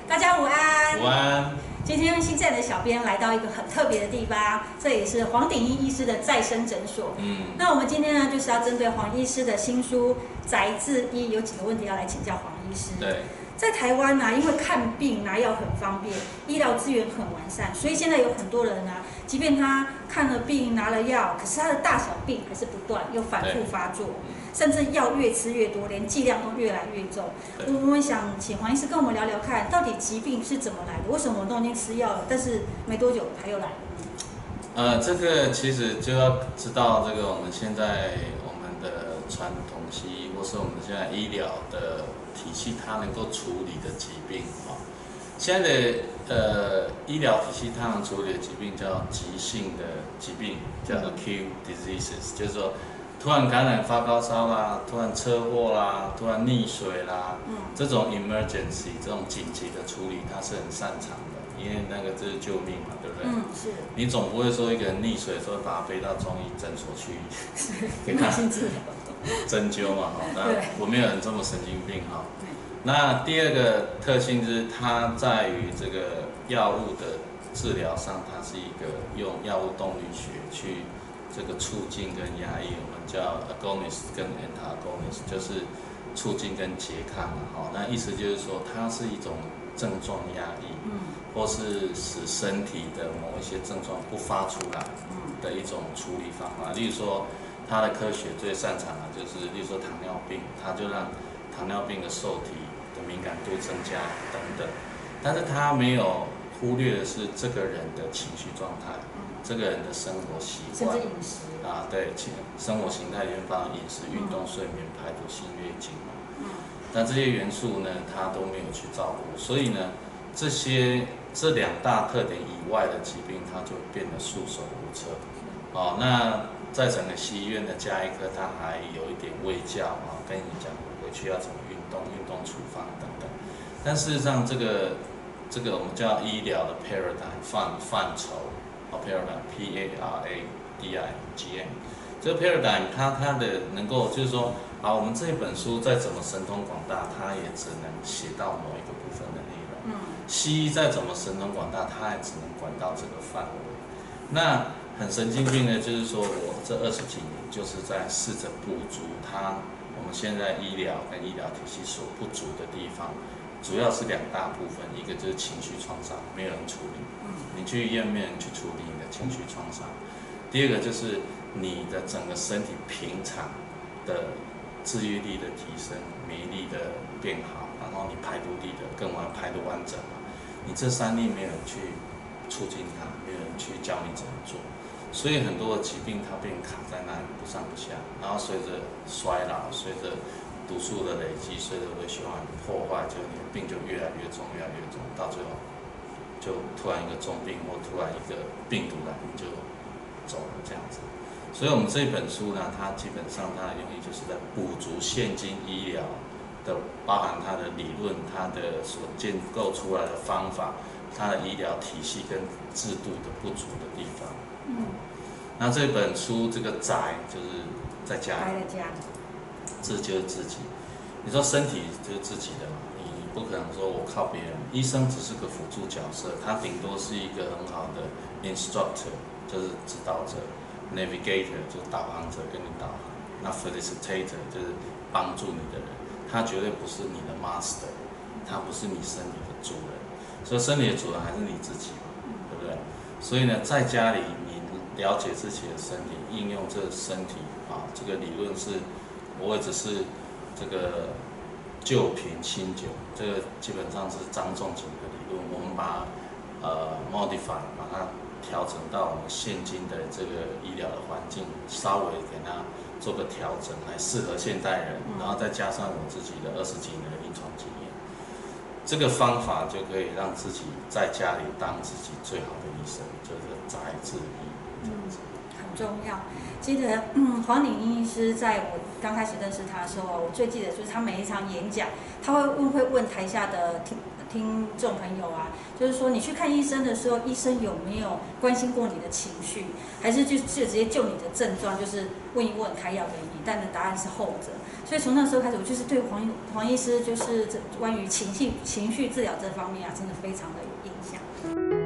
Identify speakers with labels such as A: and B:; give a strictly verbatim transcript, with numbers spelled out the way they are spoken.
A: 大家午安。
B: 午安。
A: 今天新站的小编来到一个很特别的地方，这也是黄鼎一医师的再生诊所。嗯，那我们今天呢，就是要针对黄医师的新书《宅治医》，有几个问题要来请教黄医师。
B: 对。
A: 在台湾呢、啊，因为看病拿药很方便，医疗资源很完善，所以现在有很多人啊，即便他看了病拿了药，可是他的大小病还是不断，又反复发作，甚至药越吃越多，连剂量都越来越重。我们想请黄医师跟我们聊聊看，到底疾病是怎么来的？为什么我都已经吃药了，但是没多久它又来了？
B: 呃，这个其实就要知道这个我们现在我们的传统西医，或是我们现在医疗的体系，它能够处理的疾病啊。现在的呃医疗体系，它能处理的疾病叫急性的疾病，叫 acute diseases， 就是说突然感染发高烧啦，突然车祸啦，突然溺水啦，嗯，这种 emergency 这种紧急的处理，它是很擅长的，因为那个这是救命嘛，对不对？嗯，是。你总不会说一个人溺水的时候把他背到中医诊所去给他针灸嘛，哈，那我没有人这么神经病哈。那第二个特性就是它在于这个药物的治疗上，它是一个用药物动力学去这个促进跟压抑，我们叫 agonist 跟 antagonist， 就是促进跟拮抗嘛，哈，那意思就是说它是一种症状压抑，嗯，或是使身体的某一些症状不发出来的一种处理方法。例如说，它的科学最擅长的就是，例如说糖尿病，它就让糖尿病的受体的敏感度增加等等，但是它没有忽略的是这个人的情绪状态，嗯，这个人的生活习惯，
A: 甚至饮食
B: 啊，对，生活形态里面包含饮食、运动、睡眠、排毒、性月经嘛，嗯，那这些元素呢，它都没有去照顾，所以呢，这些这两大特点以外的疾病，它就变得束手无策。哦，那在整个西医院的加医科，它还有一点卫教啊，跟你讲回去要怎么运动、运动处方等等。但事实上，这个这个我们叫医疗的 paradigm 范范畴，哦 paradigm P A R A D I G M， 这个 paradigm 它它的能够就是说，啊，我们这一本书再怎么神通广大，它也只能写到某一个部分的内容。嗯，西医再怎么神通广大，它也只能管到这个范围。那很神经病的，就是说我这二十几年就是在试着补足它我们现在医疗跟医疗体系所不足的地方，主要是两大部分，一个就是情绪创伤，没有人处理，你去医院没有人去处理你的情绪创伤；第二个就是你的整个身体平常的治愈力的提升，免疫力的变好，然后你排毒力的更完排毒完整嘛，你这三力没有人去促进它，没有人去教你怎么做。所以很多的疾病它变卡在那里不上不下，然后随着衰老，随着毒素的累积，随着微循环破坏，就你的病就越来越重，越来越重，到最后就突然一个重病或突然一个病毒来，你就走了这样子。所以我们这本书呢，它基本上它的用意就是在补足现今医疗的，包含它的理论，它的所建构出来的方法，它的医疗体系跟制度的不足的地方。嗯，那这本书这个宅就是在家里，这就是自己。你说身体就是自己的嘛，你不可能说我靠别人，医生只是个辅助角色，他顶多是一个很好的 instructor， 就是指导者 ，navigator 就是导航者跟你导航，那 facilitator 就是帮助你的人，他绝对不是你的 master， 他不是你身体的主人，所以身体的主人还是你自己嘛，对不对？所以呢，在家里你了解自己的身体，应用这身体啊，这个理论是，我也只是这个旧瓶新酒，这个基本上是张仲景的理论，我们把它呃 modify， 把它调整到我们现今的这个医疗的环境，稍微给它做个调整，来适合现代人，然后再加上我自己的二十几年的临床经验。这个方法就可以让自己在家里当自己最好的医生，就是宅治医这样子。
A: 嗯，很重要。记得，嗯，黄岭英医师在我刚开始认识他的时候，我最记得就是他每一场演讲，他会问会问台下的听听众朋友啊，就是说你去看医生的时候，医生有没有关心过你的情绪，还是就就直接就你的症状，就是问一问开药给你，但的答案是后者。所以从那时候开始，我就是对黄黄医师就是关于情绪情绪治疗这方面啊，真的非常的有印象。